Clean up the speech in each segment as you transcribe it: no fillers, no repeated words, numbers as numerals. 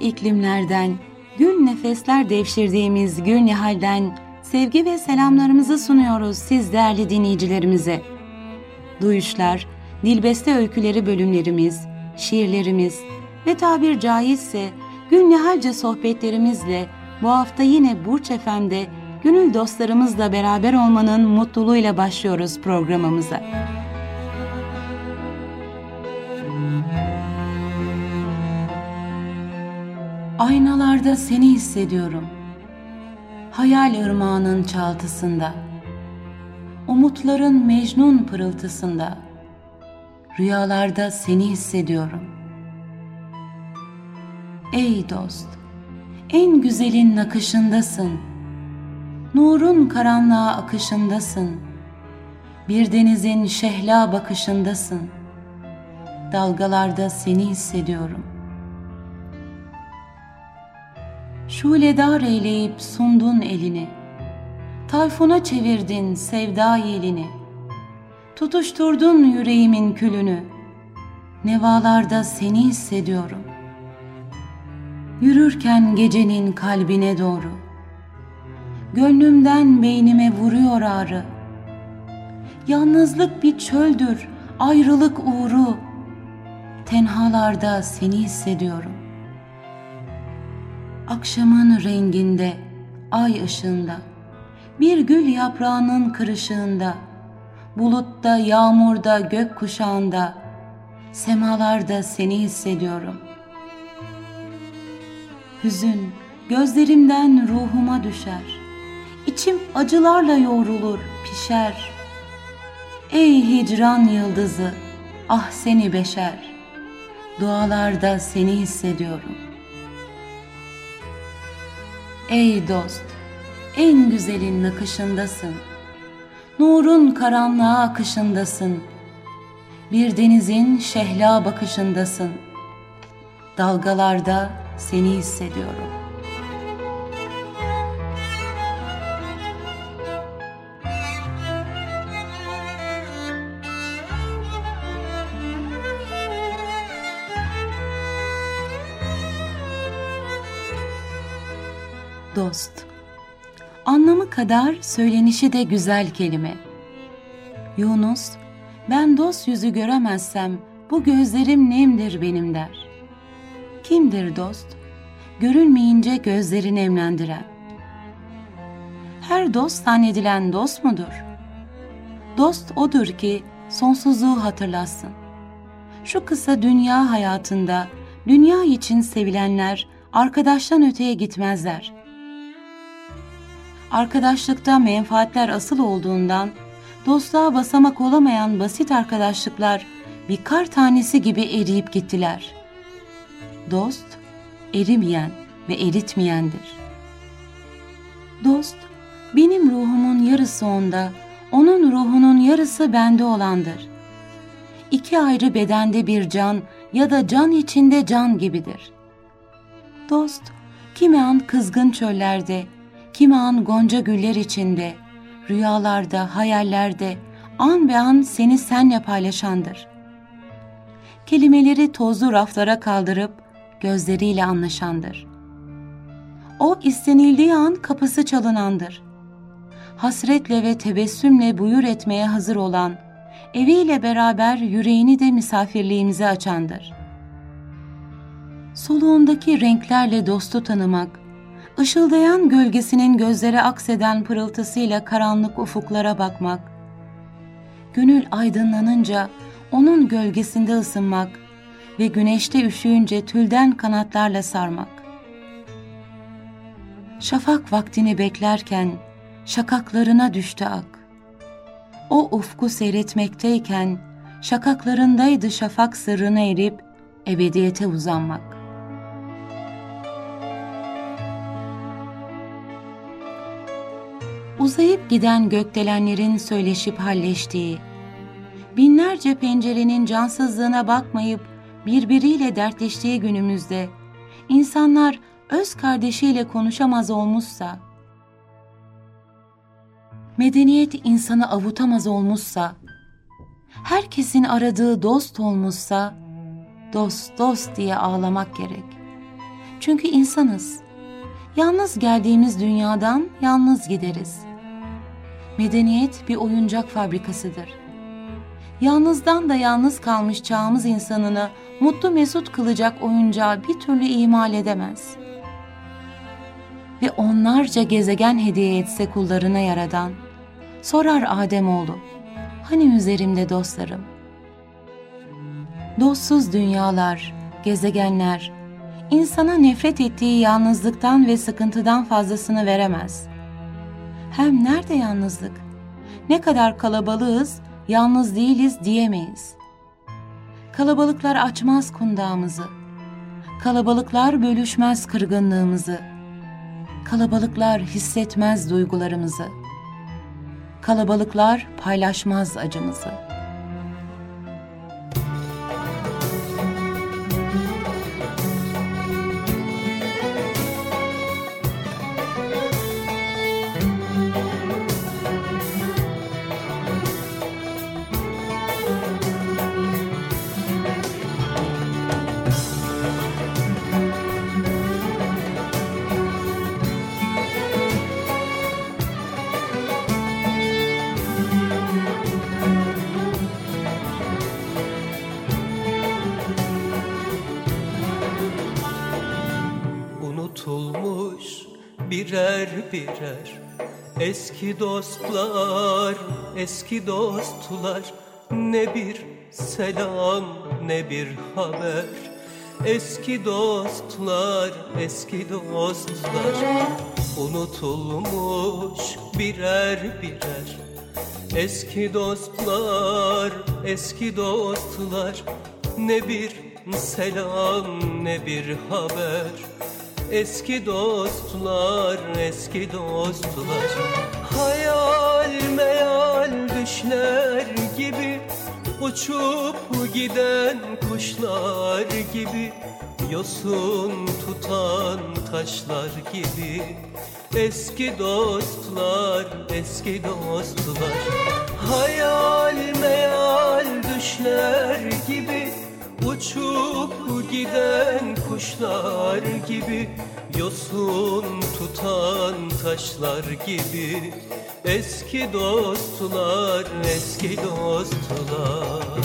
iklimlerden, gül nefesler devşirdiğimiz Gül Nihal'den sevgi ve selamlarımızı sunuyoruz siz değerli dinleyicilerimize. Duyuşlar, Dilbeste Öyküleri bölümlerimiz, şiirlerimiz ve tabir caizse Gül Nihal'ce sohbetlerimizle bu hafta yine Burç FM'de gönül dostlarımızla beraber olmanın mutluluğuyla başlıyoruz programımıza. Aynalarda seni hissediyorum. Hayal ırmağının çaltısında. Umutların mecnun pırıltısında. Rüyalarda seni hissediyorum. Ey dost, en güzelin nakışındasın. Nurun karanlığa akışındasın. Bir denizin şehla bakışındasın. Dalgalarda seni hissediyorum. Şuledar eyleyip sundun elini. Tayfuna çevirdin sevda yelini. Tutuşturdun yüreğimin külünü. Nevalarda seni hissediyorum. Yürürken gecenin kalbine doğru. Gönlümden beynime vuruyor ağrı. Yalnızlık bir çöldür, ayrılık uğru. Tenhalarda seni hissediyorum. Akşamın renginde, ay ışığında, bir gül yaprağının kırışığında, bulutta, yağmurda, gök kuşağında, semalarda seni hissediyorum. Hüzün gözlerimden ruhuma düşer, İçim acılarla yoğrulur, pişer. Ey hicran yıldızı, ah seni beşer, dualarda seni hissediyorum. Ey dost, en güzelin nakışındasın. Nurun karanlığa akışındasın. Bir denizin şehla bakışındasın. Dalgalarda seni hissediyorum. Dost, anlamı kadar söylenişi de güzel kelime. Yunus, ben dost yüzü göremezsem bu gözlerim nemdir benim der. Kimdir dost? Görülmeyince gözleri nemlendiren. Her dost zannedilen dost mudur? Dost odur ki sonsuzluğu hatırlatsın. Şu kısa dünya hayatında dünya için sevilenler arkadaştan öteye gitmezler. Arkadaşlıkta menfaatler asıl olduğundan dostluğa basamak olamayan basit arkadaşlıklar bir kar tanesi gibi eriyip gittiler. Dost, erimeyen ve eritmeyendir. Dost, benim ruhumun yarısı onda, onun ruhunun yarısı bende olandır. İki ayrı bedende bir can ya da can içinde can gibidir. Dost, kimi an kızgın çöllerde, kimi an gonca güller içinde, rüyalarda, hayallerde, an be an seni senle paylaşandır. Kelimeleri tozlu raflara kaldırıp, gözleriyle anlaşandır. O istenildiği an kapısı çalınandır. Hasretle ve tebessümle buyur etmeye hazır olan, eviyle beraber yüreğini de misafirliğimize açandır. Soluğundaki renklerle dostu tanımak, ışıldayan gölgesinin gözlere akseden pırıltısıyla karanlık ufuklara bakmak, gönül aydınlanınca onun gölgesinde ısınmak ve güneşte üşüyünce tülden kanatlarla sarmak. Şafak vaktini beklerken şakaklarına düştü ak. O ufku seyretmekteyken şakaklarındaydı şafak sırrına erip ebediyete uzanmak. Uzayıp giden gökdelenlerin söyleşip halleştiği, binlerce pencerenin cansızlığına bakmayıp birbiriyle dertleştiği günümüzde, insanlar öz kardeşiyle konuşamaz olmuşsa, medeniyet insanı avutamaz olmuşsa, herkesin aradığı dost olmuşsa, dost dost diye ağlamak gerek. Çünkü insanız. Yalnız geldiğimiz dünyadan yalnız gideriz. Medeniyet bir oyuncak fabrikasıdır. Yalnızdan da yalnız kalmış çağımız insanını mutlu mesut kılacak oyuncağı bir türlü imal edemez. Ve onlarca gezegen hediye etse kullarına Yaradan, sorar Ademoğlu, hani üzerimde dostlarım? Dostsuz dünyalar, gezegenler, insana nefret ettiği yalnızlıktan ve sıkıntıdan fazlasını veremez. Hem nerede yalnızlık? Ne kadar kalabalığız, yalnız değiliz diyemeyiz. Kalabalıklar açmaz kundağımızı. Kalabalıklar bölüşmez kırgınlığımızı. Kalabalıklar hissetmez duygularımızı. Kalabalıklar paylaşmaz acımızı. Unutulmuş birer birer eski dostlar, eski dostlar. Ne bir selam ne bir haber. Eski dostlar, eski dostlar. Unutulmuş birer birer eski dostlar, eski dostlar. Ne bir selam ne bir haber. Eski dostlar, eski dostlar. Hayal meyal düşler gibi, uçup giden kuşlar gibi, yosun tutan taşlar gibi. Eski dostlar, eski dostlar. Hayal meyal düşler gibi, uçup giden kuşlar gibi, yosun tutan taşlar gibi. Eski dostlar, eski dostlar.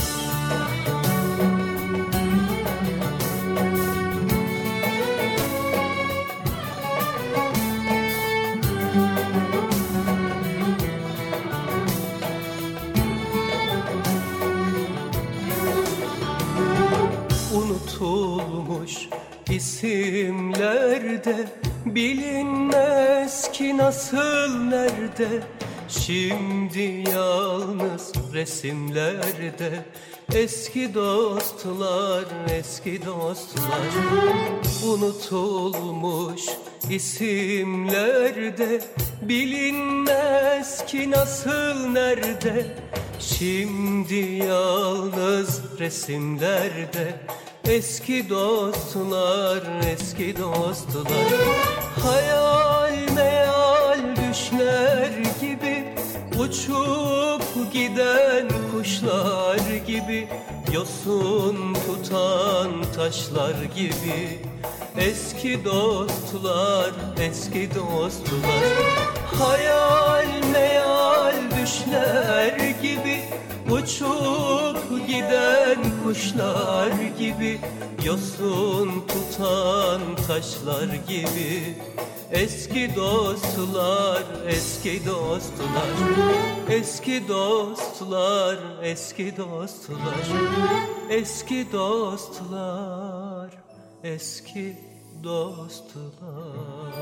Unutulmuş isimlerde, bilinmez ki nasıl nerede. Şimdi yalnız resimlerde. Eski dostlar, eski dostlar. Unutulmuş isimlerde, bilinmez ki nasıl nerede. Şimdi yalnız resimlerde. Eski dostlar, eski dostlar. Hayal meyal düşler gibi, uçup giden kuşlar gibi, yosun tutan taşlar gibi. Eski dostlar, eski dostlar. Hayal meyal düşler gibi, uçup giden kuşlar gibi, yosun tutan taşlar gibi. Eski dostlar, eski dostlar. Eski dostlar, eski dostlar. Eski dostlar, eski dostlar.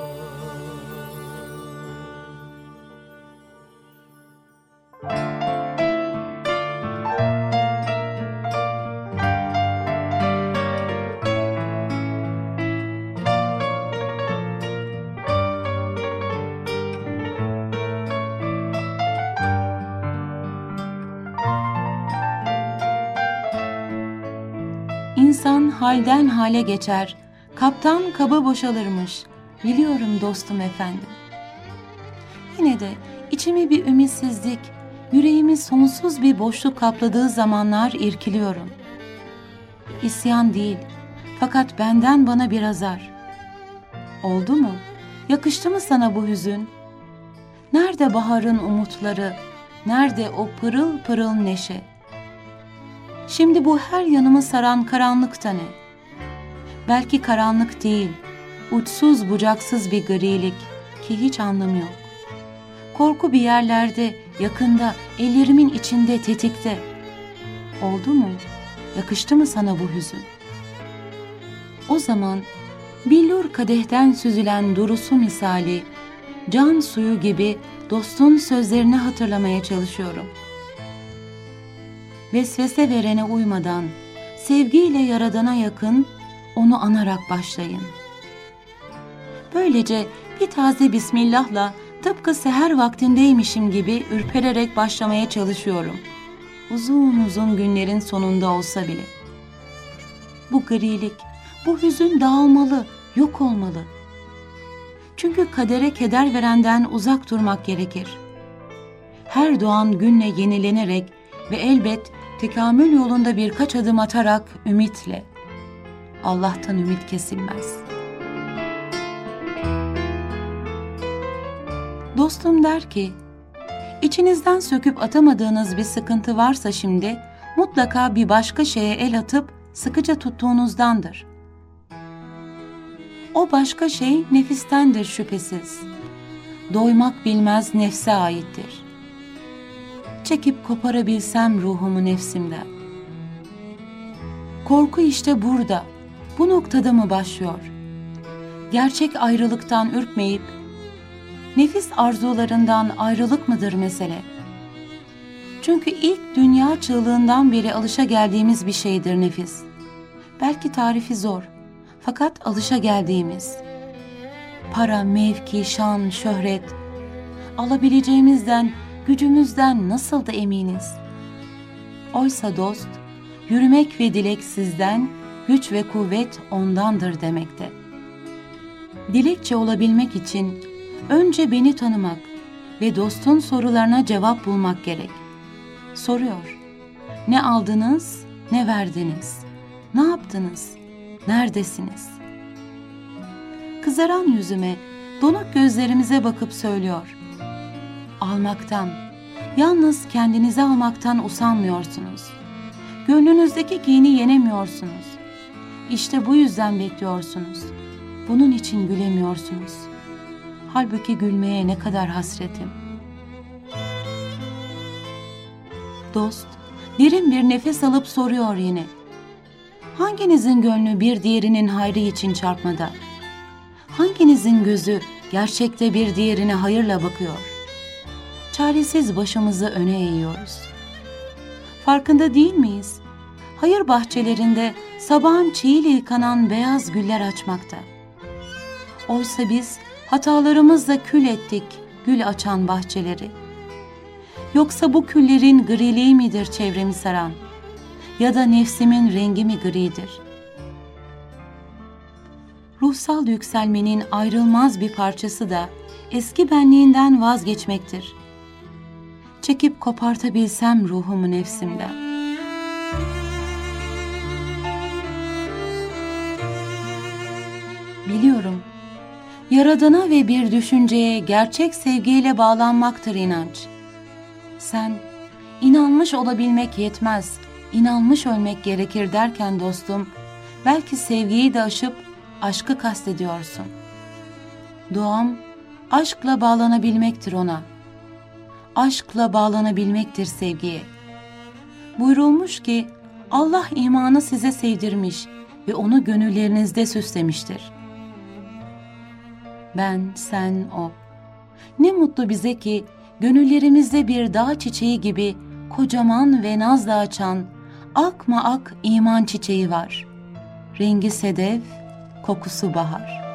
İnsan halden hale geçer, kaptan kaba boşalırmış. Biliyorum dostum efendim. Yine de içimi bir ümitsizlik, yüreğimi sonsuz bir boşluk kapladığı zamanlar irkiliyorum. İsyan değil, fakat benden bana bir azar. Oldu mu? Yakıştı mı sana bu hüzün? Nerede baharın umutları? Nerede o pırıl pırıl neşe? Şimdi bu her yanımı saran karanlık da ne? Belki karanlık değil, uçsuz bucaksız bir grilik ki hiç anlamı yok. Korku bir yerlerde, yakında, ellerimin içinde, tetikte. Oldu mu? Yakıştı mı sana bu hüzün? O zaman billur kadehten süzülen durusu misali, can suyu gibi dostun sözlerini hatırlamaya çalışıyorum. Vesvese verene uymadan, sevgiyle Yaradan'a yakın, onu anarak başlayın. Böylece bir taze Bismillah'la tıpkı seher vaktindeymişim gibi ürpererek başlamaya çalışıyorum. Uzun uzun günlerin sonunda olsa bile. Bu grilik, bu hüzün dağılmalı, yok olmalı. Çünkü kadere keder verenden uzak durmak gerekir. Her doğan günle yenilenerek ve elbet tekamül yolunda birkaç adım atarak ümitle. Allah'tan ümit kesilmez. Dostum der ki, içinizden söküp atamadığınız bir sıkıntı varsa şimdi mutlaka bir başka şeye el atıp sıkıca tuttuğunuzdandır. O başka şey nefistendir şüphesiz. Doymak bilmez nefse aittir. Çekip koparabilsem ruhumu nefsimden. Korku işte burada, bu noktada mı başlıyor? Gerçek ayrılıktan ürkmeyip, nefis arzularından ayrılık mıdır mesele? Çünkü ilk dünya çığlığından beri alışageldiğimiz bir şeydir nefis. Belki tarifi zor, fakat alışageldiğimiz. Para, mevki, şan, şöhret, alabileceğimizden, gücümüzden nasıl da eminiz? Oysa dost, yürümek ve dilek sizden, güç ve kuvvet ondandır demekte. Dilekçe olabilmek için önce beni tanımak ve dostun sorularına cevap bulmak gerek. Soruyor, ne aldınız, ne verdiniz, ne yaptınız, neredesiniz? Kızaran yüzüme, donuk gözlerimize bakıp söylüyor, almaktan, yalnız kendinize almaktan usanmıyorsunuz. Gönlünüzdeki kini yenemiyorsunuz. İşte bu yüzden bekliyorsunuz. Bunun için gülemiyorsunuz. Halbuki gülmeye ne kadar hasretim. Dost, derin bir nefes alıp soruyor yine. Hanginizin gönlü bir diğerinin hayrı için çarpmada? Hanginizin gözü gerçekte bir diğerine hayırla bakıyor? Çaresiz başımızı öne eğiyoruz. Farkında değil miyiz? Hayır bahçelerinde sabahın çiğiyle yıkanan beyaz güller açmakta. Oysa biz hatalarımızla kül ettik gül açan bahçeleri. Yoksa bu küllerin griliği midir çevremi saran? Ya da nefsimin rengi mi gridir? Ruhsal yükselmenin ayrılmaz bir parçası da eski benliğinden vazgeçmektir. Çekip kopartabilsem ruhumu nefsimden. Biliyorum, Yaradan'a ve bir düşünceye gerçek sevgiyle bağlanmaktır inanç. Sen, inanmış olabilmek yetmez, inanmış ölmek gerekir derken dostum, belki sevgiyi de aşıp aşkı kastediyorsun. Duam, aşkla bağlanabilmektir ona. Aşkla bağlanabilmektir sevgiye. Buyurulmuş ki, Allah imanı size sevdirmiş ve onu gönüllerinizde süslemiştir. Ben, sen, o. Ne mutlu bize ki gönüllerimizde bir dağ çiçeği gibi kocaman ve nazla açan ak mı ak iman çiçeği var. Rengi sedef, kokusu bahar.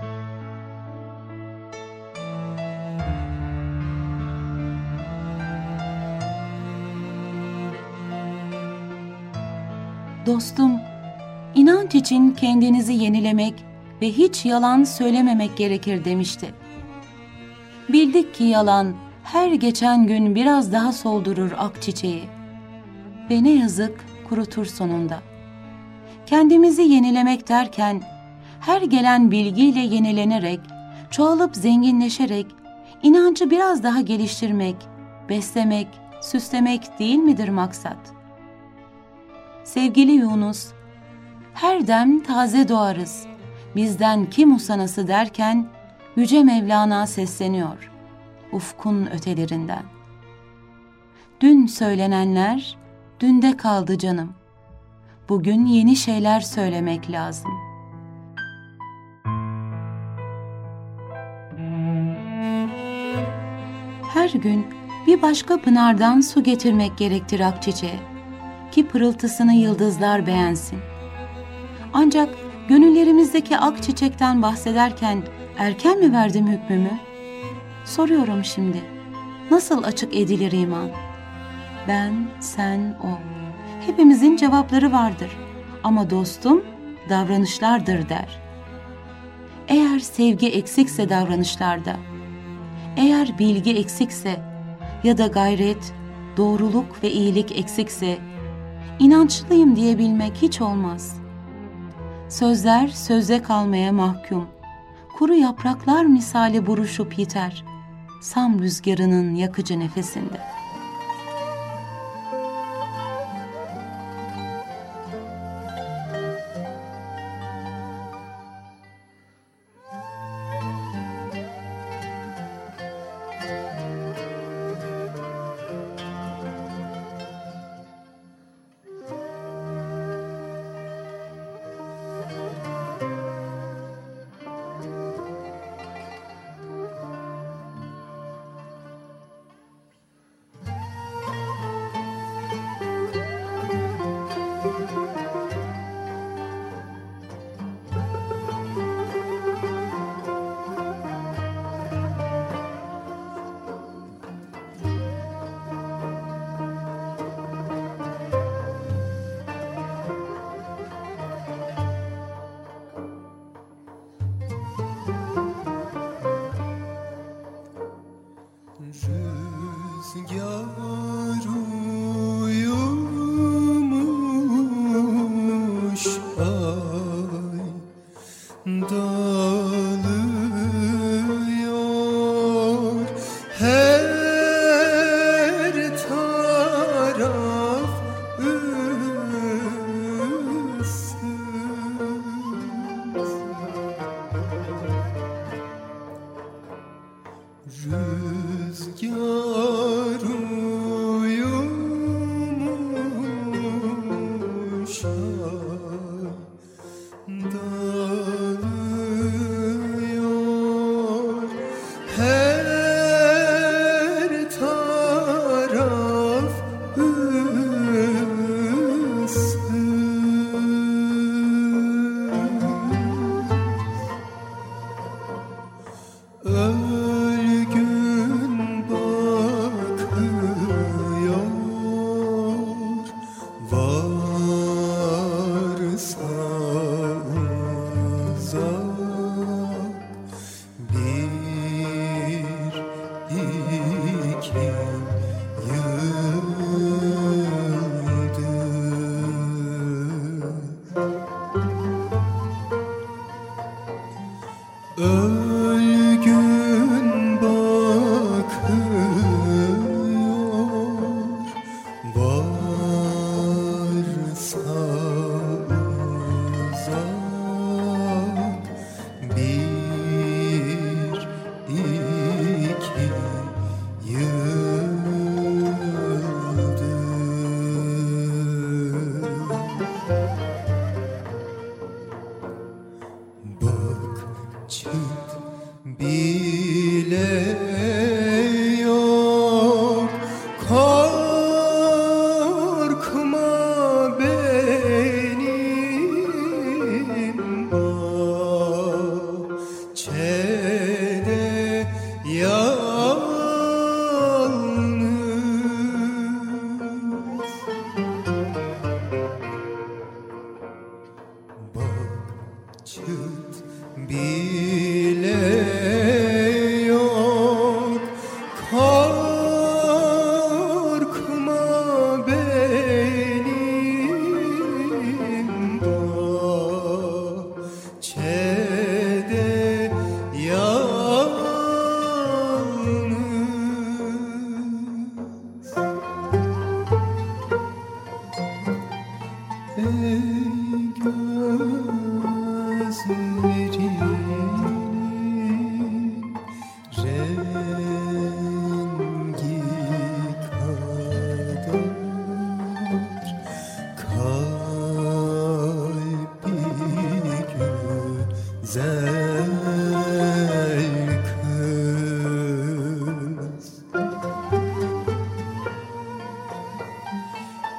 Dostum, inanç için kendinizi yenilemek ve hiç yalan söylememek gerekir demişti. Bildik ki yalan her geçen gün biraz daha soldurur ak çiçeği ve ne yazık kurutur sonunda. Kendimizi yenilemek derken her gelen bilgiyle yenilenerek, çoğalıp zenginleşerek, inancı biraz daha geliştirmek, beslemek, süslemek değil midir maksat? Sevgili Yunus, her dem taze doğarız, bizden kim usanası derken, Yüce Mevlana sesleniyor, ufkun ötelerinden. Dün söylenenler, dünde kaldı canım. Bugün yeni şeyler söylemek lazım. Her gün bir başka pınardan su getirmek gerektir akçiçeğe, ki pırıltısını yıldızlar beğensin. Ancak gönüllerimizdeki ak çiçekten bahsederken erken mi verdim hükmümü? Soruyorum şimdi, nasıl açık edilir iman? Ben, sen, o. Hepimizin cevapları vardır ama dostum davranışlardır der. Eğer sevgi eksikse davranışlarda, eğer bilgi eksikse ya da gayret, doğruluk ve iyilik eksikse, inançlıyım diyebilmek hiç olmaz. Sözler sözde kalmaya mahkum, kuru yapraklar misali buruşup yiter, Sam rüzgarının yakıcı nefesinde. Rüzgar uyumuş, ay dağılıyor, her taraf ıssız. Rüzgar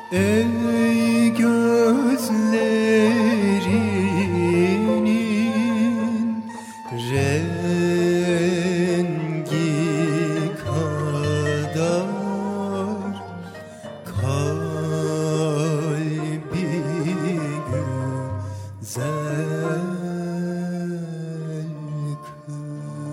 Ey gözlerinin rengi kadar kalbi güzel kız.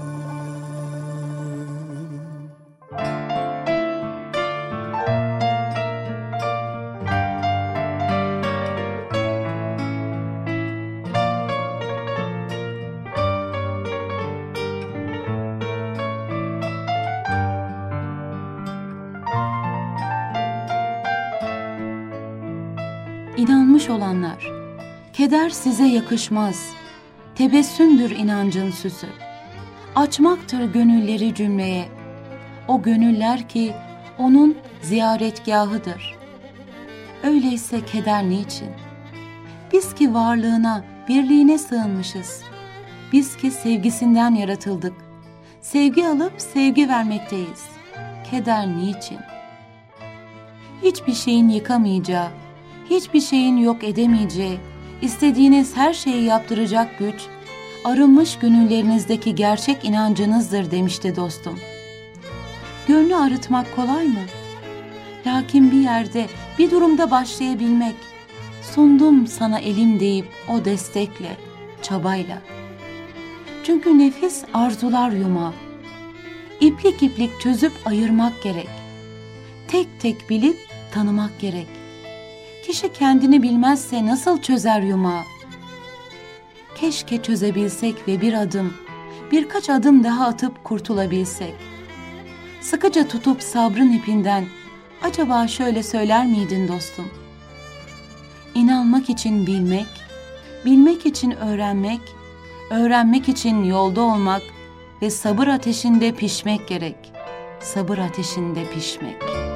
İnanmış olanlar, keder size yakışmaz, tebessümdür inancın süsü. Açmaktır gönülleri cümleye, o gönüller ki onun ziyaretgahıdır. Öyleyse keder niçin? Biz ki varlığına, birliğine sığınmışız. Biz ki sevgisinden yaratıldık. Sevgi alıp sevgi vermekteyiz. Keder niçin? Hiçbir şeyin yıkamayacağı, hiçbir şeyin yok edemeyeceği, istediğiniz her şeyi yaptıracak güç, arınmış gönüllerinizdeki gerçek inancınızdır demişti dostum. Gönlü arıtmak kolay mı? Lakin bir yerde, bir durumda başlayabilmek, sundum sana elim deyip o destekle, çabayla. Çünkü nefis arzular yumağı. İplik iplik çözüp ayırmak gerek. Tek tek bilip tanımak gerek. Kişi kendini bilmezse nasıl çözer yumağı? Keşke çözebilsek ve birkaç adım daha atıp kurtulabilsek. Sıkıca tutup sabrın ipinden acaba şöyle söyler miydin dostum? İnanmak için bilmek, bilmek için öğrenmek, öğrenmek için yolda olmak ve sabır ateşinde pişmek gerek. Sabır ateşinde pişmek.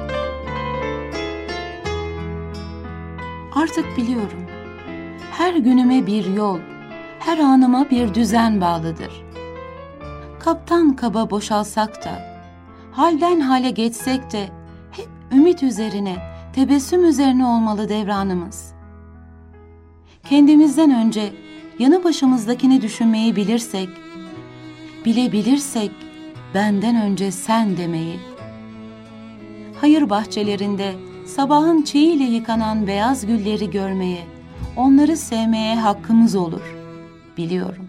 Artık biliyorum. Her günüme bir yol, her anıma bir düzen bağlıdır. Kaptan kaba boşalsak da, halden hale geçsek de hep ümit üzerine, tebessüm üzerine olmalı devranımız. Kendimizden önce yanı başımızdakini düşünmeyi bilirsek, bilebilirsek benden önce sen demeyi, hayır bahçelerinde sabahın çiğiyle yıkanan beyaz gülleri görmeye, onları sevmeye hakkımız olur, biliyorum.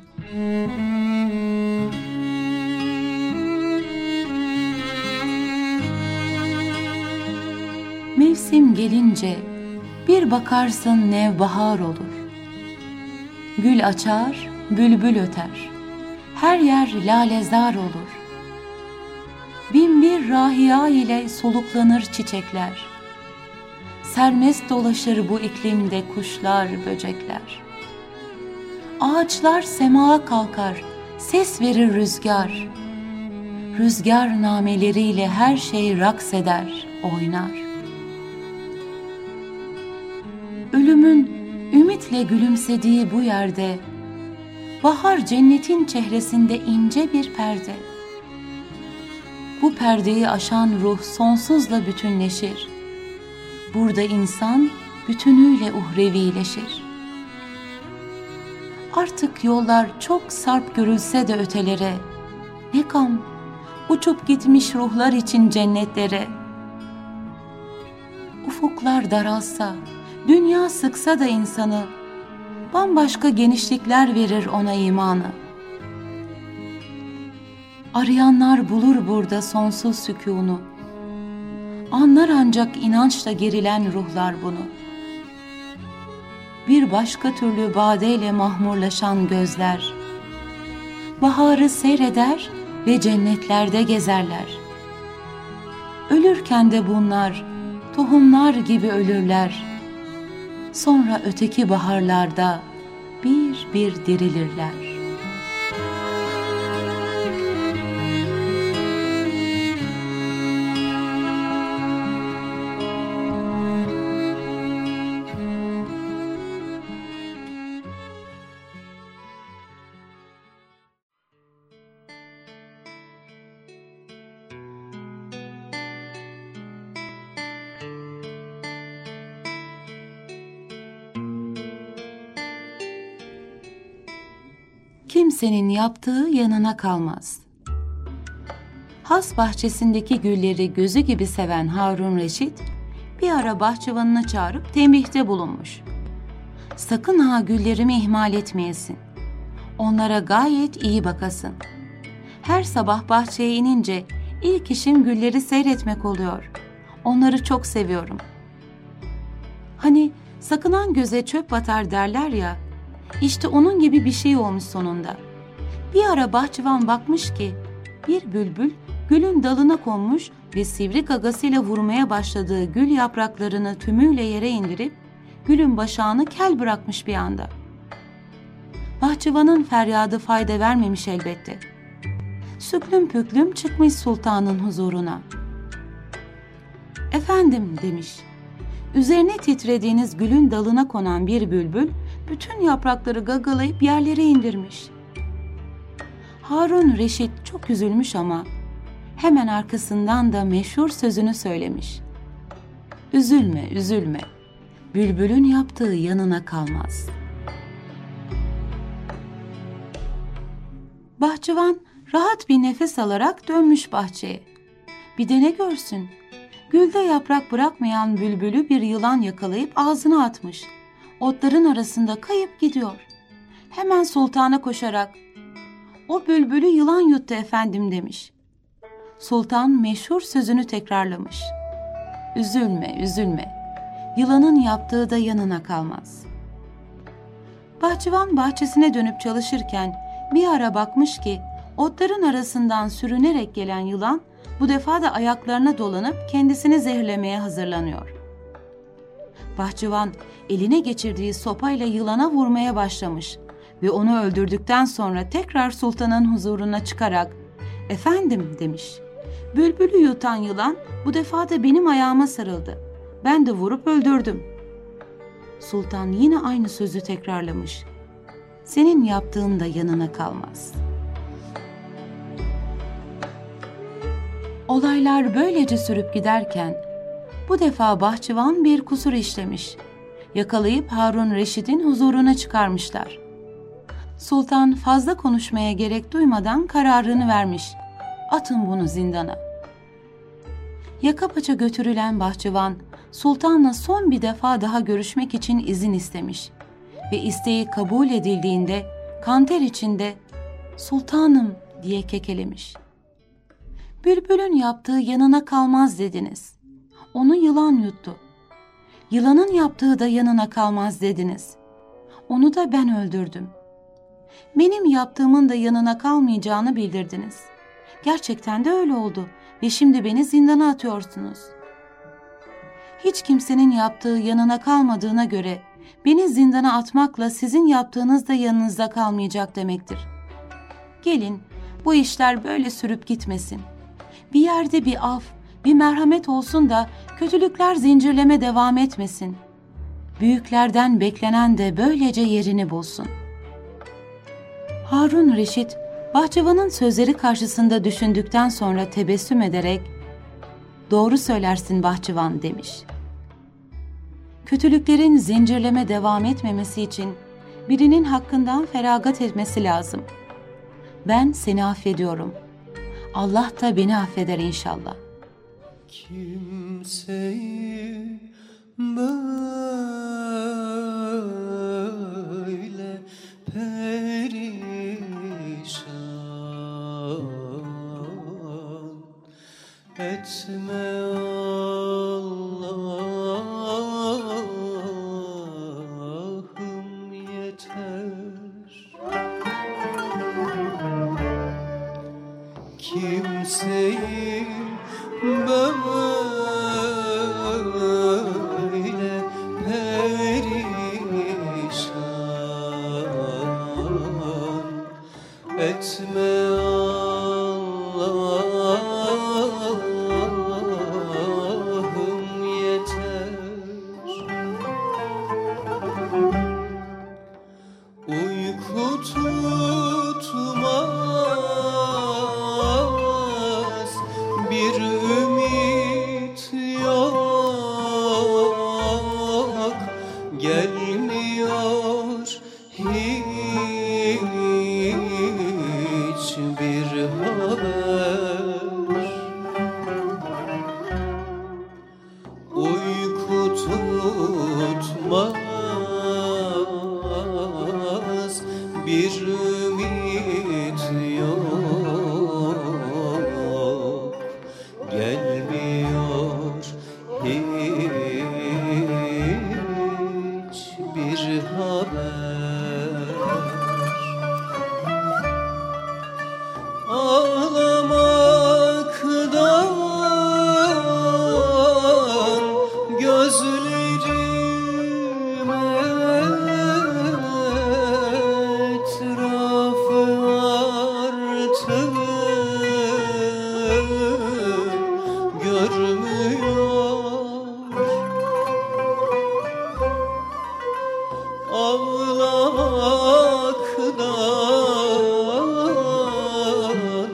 Mevsim gelince bir bakarsın nevbahar olur. Gül açar, bülbül öter. Her yer lalezar olur. Binbir rahiya ile soluklanır çiçekler. Sermest dolaşır bu iklimde kuşlar, böcekler. Ağaçlar semaya kalkar, ses verir rüzgar. Rüzgar nameleriyle her şey raks eder, oynar. Ölümün ümitle gülümsediği bu yerde, bahar cennetin çehresinde ince bir perde. Bu perdeyi aşan ruh sonsuzla bütünleşir. Burada insan bütünüyle uhrevileşir. Artık yollar çok sarp görülse de ötelere, ne gam, uçup gitmiş ruhlar için cennetlere. Ufuklar daralsa, dünya sıksa da insanı, bambaşka genişlikler verir ona imanı. Arayanlar bulur burada sonsuz sükûnu. Anlar ancak inançla gerilen ruhlar bunu. Bir başka türlü badeyle mahmurlaşan gözler, baharı seyreder ve cennetlerde gezerler. Ölürken de bunlar tohumlar gibi ölürler. Sonra öteki baharlarda bir bir dirilirler. kimsenin yaptığı yanına kalmaz. Has bahçesindeki gülleri gözü gibi seven Harun Reşit, bir ara bahçıvanını çağırıp tembihte bulunmuş. Sakın ha güllerimi ihmal etmeyesin. Onlara gayet iyi bakasın. Her sabah bahçeye inince ilk işim gülleri seyretmek oluyor. Onları çok seviyorum. Hani sakınan göze çöp batar derler ya, işte onun gibi bir şey olmuş sonunda. Bir ara bahçıvan bakmış ki bir bülbül gülün dalına konmuş ve sivri gagasıyla vurmaya başladığı gül yapraklarını tümüyle yere indirip gülün başağını kel bırakmış bir anda. Bahçıvanın feryadı fayda vermemiş elbette. Süklüm püklüm çıkmış sultanın huzuruna. "Efendim," demiş, "üzerine titrediğiniz gülün dalına konan bir bülbül bütün yaprakları gagalayıp yerlere indirmiş." Harun Reşit çok üzülmüş ama hemen arkasından da meşhur sözünü söylemiş. "Üzülme, üzülme. Bülbülün yaptığı yanına kalmaz." Bahçıvan rahat bir nefes alarak dönmüş bahçeye. Bir de ne görsün? Gülde yaprak bırakmayan bülbülü bir yılan yakalayıp ağzına atmış. Otların arasında kayıp gidiyor. Hemen sultana koşarak, "O bülbülü yılan yuttu efendim," demiş. Sultan meşhur sözünü tekrarlamış. "Üzülme, üzülme. Yılanın yaptığı da yanına kalmaz." Bahçıvan bahçesine dönüp çalışırken bir ara bakmış ki otların arasından sürünerek gelen yılan bu defa da ayaklarına dolanıp kendisini zehirlemeye hazırlanıyor. Bahçıvan eline geçirdiği sopayla yılana vurmaya başlamış ve onu öldürdükten sonra tekrar sultanın huzuruna çıkarak, "Efendim," demiş, "bülbülü yutan yılan bu defa da benim ayağıma sarıldı. Ben de vurup öldürdüm." Sultan yine aynı sözü tekrarlamış. "Senin yaptığın da yanına kalmaz." Olaylar böylece sürüp giderken bu defa bahçıvan bir kusur işlemiş. Yakalayıp Harun Reşit'in huzuruna çıkarmışlar. Sultan fazla konuşmaya gerek duymadan kararını vermiş. "Atın bunu zindana." Yaka paça götürülen bahçıvan sultanla son bir defa daha görüşmek için izin istemiş ve isteği kabul edildiğinde kanter içinde "Sultanım," diye kekelemiş. "Bülbülün yaptığı yanına kalmaz dediniz. Onu yılan yuttu. Yılanın yaptığı da yanına kalmaz dediniz. Onu da ben öldürdüm. Benim yaptığımın da yanına kalmayacağını bildirdiniz. Gerçekten de öyle oldu ve şimdi beni zindana atıyorsunuz. Hiç kimsenin yaptığı yanına kalmadığına göre beni zindana atmakla sizin yaptığınız da yanınızda kalmayacak demektir. Gelin, bu işler böyle sürüp gitmesin. Bir yerde bir af, bir merhamet olsun da kötülükler zincirleme devam etmesin. Büyüklerden beklenen de böylece yerini bulsun." Harun Reşit, bahçıvanın sözleri karşısında düşündükten sonra tebessüm ederek, "Doğru söylersin bahçıvan," demiş. Kötülüklerin zincirleme devam etmemesi için birinin hakkından feragat etmesi lazım. Ben seni affediyorum. Allah da beni affeder inşallah. Kimseyi böyle perişan etme Allah'ım yeter. Kimseyi böyle perişan etme Allah'ım yeter. Uyku tutmaz, bir ümit yok, gelmiyor hiç ağlamaz bir ümit yok, gelmiyor hiçbir haber. Ağlamaktan gözlerim etrafı artık görmüyor. Ağlamaktan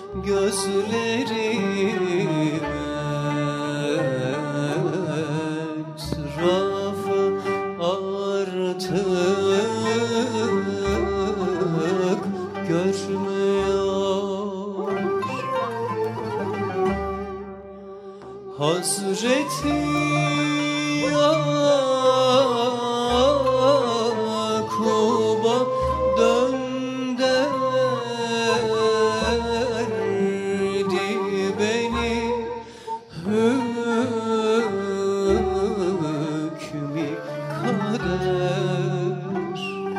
gözlerim etrafı artık görmüyor. Hazreti Yakub'a dön derdi beni, hükmü kader.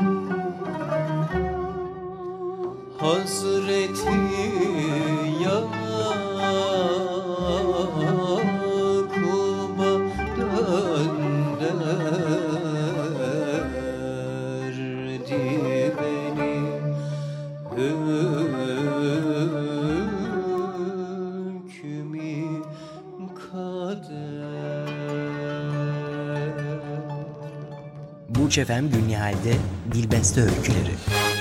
Hazreti Yakub'a dön derdi beni, hükmü kader. Burç Efem Günnihal'de Dilbeste Öyküleri.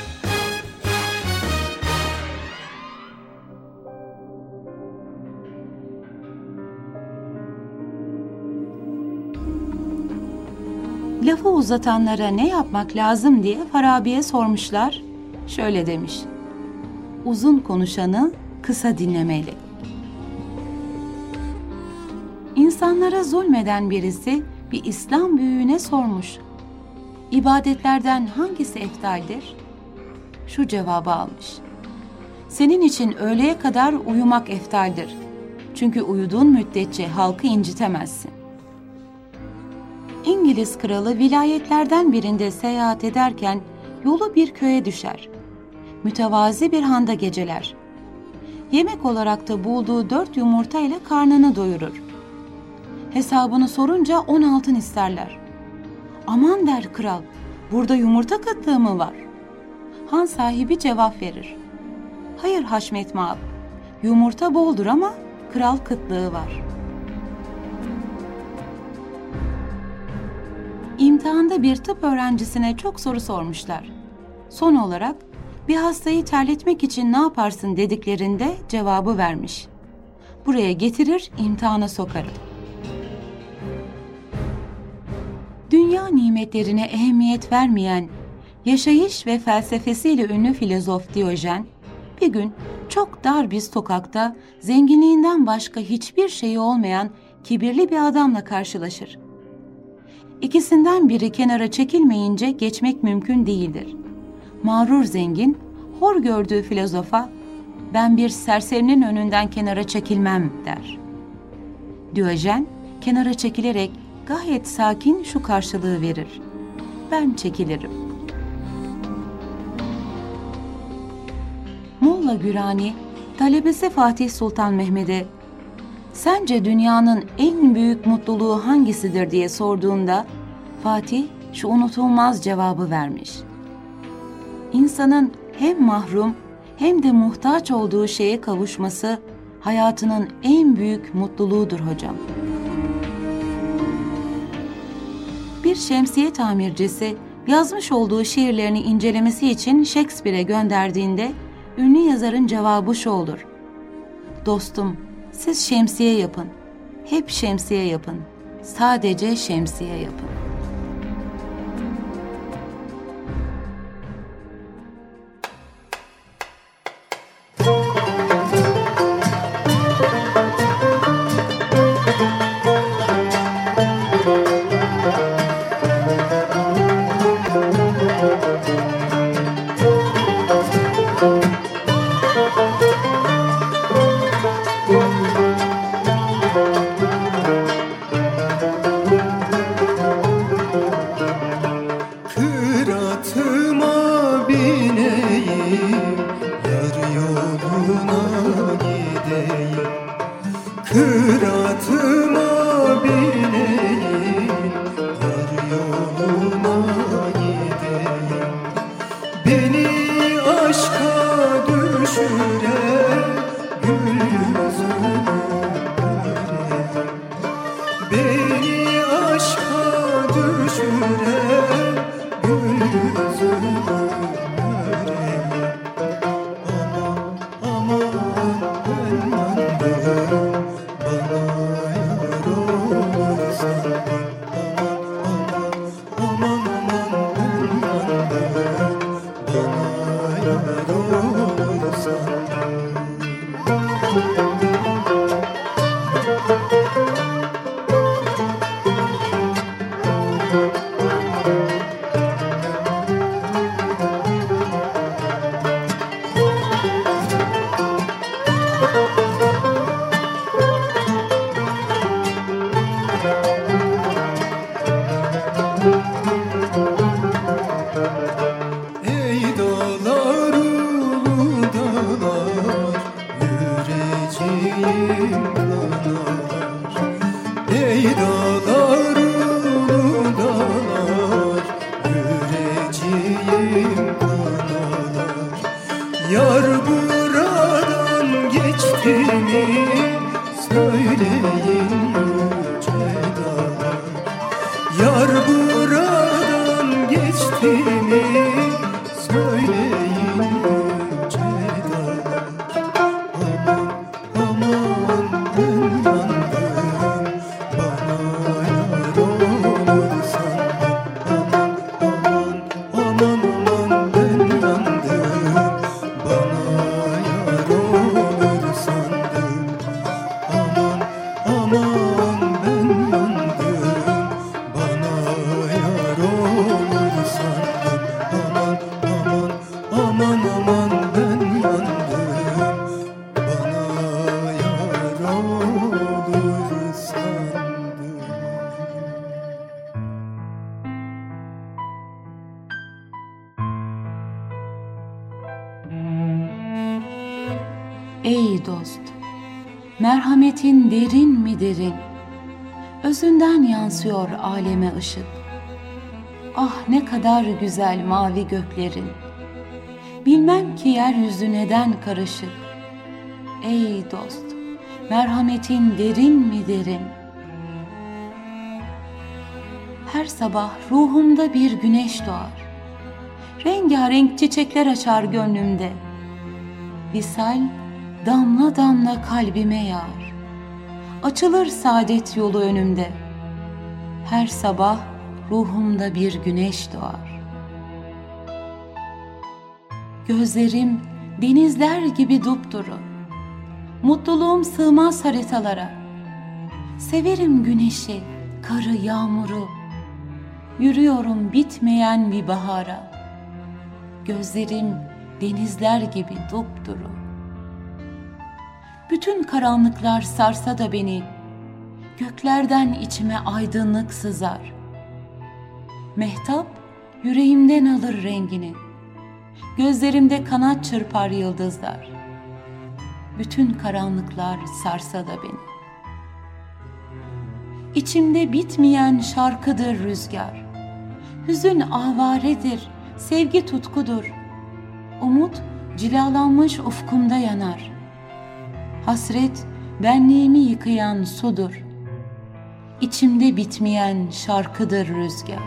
Lafı uzatanlara ne yapmak lazım diye Farabi'ye sormuşlar. Şöyle demiş: uzun konuşanı kısa dinlemeli. İnsanlara zulmeden birisi bir İslam büyüğüne sormuş: İbadetlerden hangisi eftaldir? Şu cevabı almış: senin için öğleye kadar uyumak eftaldir. Çünkü uyuduğun müddetçe halkı incitemezsin. İngiliz kralı vilayetlerden birinde seyahat ederken yolu bir köye düşer. Mütevazi bir handa geceler. Yemek olarak da bulduğu 4 yumurta ile karnını doyurur. Hesabını sorunca 10 altın isterler. Aman der kral, burada yumurta kıtlığı mı var? Han sahibi cevap verir: hayır Haşmet Maal, yumurta boldur ama kral kıtlığı var. İmtihanda bir tıp öğrencisine çok soru sormuşlar. Son olarak bir hastayı terletmek için ne yaparsın dediklerinde cevabı vermiş: buraya getirir, imtihana sokarım. Dünya nimetlerine ehemmiyet vermeyen, yaşayış ve felsefesiyle ünlü filozof Diyojen, bir gün çok dar bir sokakta zenginliğinden başka hiçbir şeyi olmayan kibirli bir adamla karşılaşır. İkisinden biri kenara çekilmeyince geçmek mümkün değildir. Mağrur zengin, hor gördüğü filozofa, ben bir serserinin önünden kenara çekilmem der. Diyojen, kenara çekilerek gayet sakin şu karşılığı verir: ben çekilirim. Molla Gürani, talebesi Fatih Sultan Mehmet'e, sence dünyanın en büyük mutluluğu hangisidir diye sorduğunda, Fatih şu unutulmaz cevabı vermiş: İnsanın hem mahrum hem de muhtaç olduğu şeye kavuşması hayatının en büyük mutluluğudur hocam. Bir şemsiye tamircisi yazmış olduğu şiirlerini incelemesi için Shakespeare'e gönderdiğinde ünlü yazarın cevabı şu olur: dostum, siz şemsiye yapın, hep şemsiye yapın, sadece şemsiye yapın. beni aşka düşüren gül yüzünü göreyim. Aman ben yandım, bana yar olursan. Aman ben yandım, bana yar olursan. Ey dağlar ulu dağlar, yüreceğim dağlar. Ey dağlar ulu dağlar, yüreceğim dağlar. Yar buradan geçti mi söyleyin yüce dağlar. Yar buradan geçti mi söyleyin yüce dağlar. Aman ben yandım, bana yar olursan. Aman ben yandım, bana yar olursan. Aman ben yandım, bana yar olursan. Aman ben yandım, bana yar olursan. Ey dost, merhametin derin mi derin, özünden yansıyor aleme ışık. Ah ne kadar güzel mavi göklerin, bilmem ki yeryüzü neden karışık. Ey dost, merhametin derin mi derin. Her sabah ruhumda bir güneş doğar, rengarenk çiçekler açar gönlümde. Visal damla damla kalbime yağar, açılır saadet yolu önümde. Her sabah ruhumda bir güneş doğar. Gözlerim denizler gibi dupduru, mutluluğum sığmaz haritalara. Severim güneşi, karı, yağmuru, yürüyorum bitmeyen bir bahara. Gözlerim denizler gibi dupduru. Bütün karanlıklar sarsa da beni, göklerden içime aydınlık sızar. Mehtap yüreğimden alır rengini, gözlerimde kanat çırpar yıldızlar. Bütün karanlıklar sarsa da beni. İçimde bitmeyen şarkıdır rüzgar, hüzün avaredir, sevgi tutkudur. Umut cilalanmış ufkumda yanar, hasret benliğimi yıkayan sudur. İçimde bitmeyen şarkıdır rüzgar.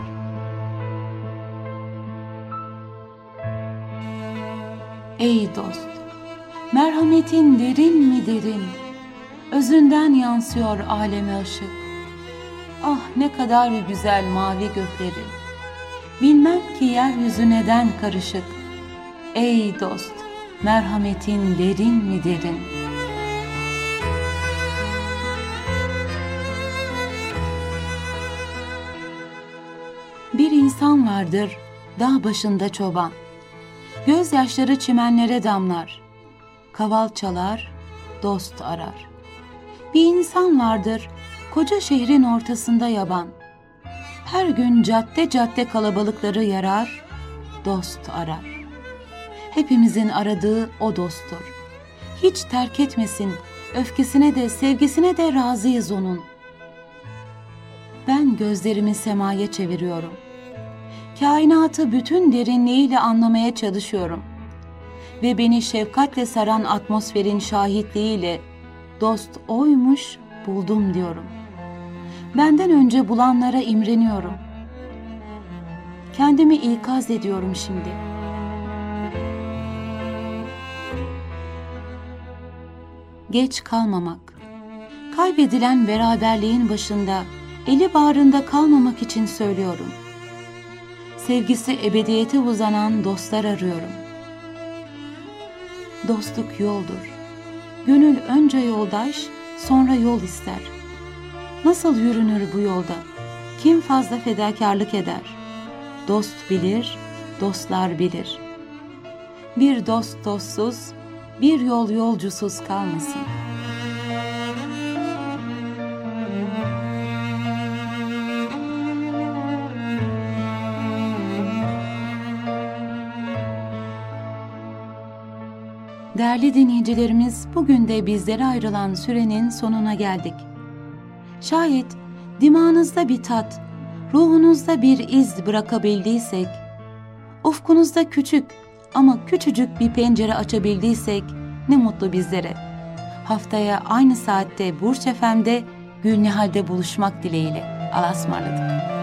Ey dost, merhametin derin mi derin, özünden yansıyor aleme ışık. Ah ne kadar güzel mavi gökleri, bilmem ki yeryüzü neden karışık. Ey dost, merhametin derin mi derin. Bir insan vardır dağ başında çoban, gözyaşları çimenlere damlar, kaval çalar, dost arar. Bir insan vardır koca şehrin ortasında yaban, her gün cadde cadde kalabalıkları yarar, dost arar. Hepimizin aradığı o dosttur. Hiç terk etmesin, öfkesine de sevgisine de razıyız onun. Ben gözlerimi semaya çeviriyorum. Kainatı bütün derinliğiyle anlamaya çalışıyorum. Ve beni şefkatle saran atmosferin şahitliğiyle dost oymuş buldum diyorum. Benden önce bulanlara imreniyorum. Kendimi ikaz ediyorum şimdi. Geç kalmamak. Kaybedilen beraberliğin başında, eli bağrında kalmamak için söylüyorum. Sevgisi ebediyete uzanan dostlar arıyorum. Dostluk yoldur. Gönül önce yoldaş, sonra yol ister. Nasıl yürünür bu yolda? Kim fazla fedakarlık eder? Dost bilir, dostlar bilir. Bir dost dostsuz, bir yol yolcusuz kalmasın. Değerli dinleyicilerimiz, bugün de bizlere ayrılan sürenin sonuna geldik. Şayet dimağınızda bir tat, ruhunuzda bir iz bırakabildiysek, ufkunuzda küçük ama küçücük bir pencere açabildiysek ne mutlu bizlere. Haftaya aynı saatte Burç FM'de Gülnihal'de buluşmak dileğiyle. Allah'a ısmarladık.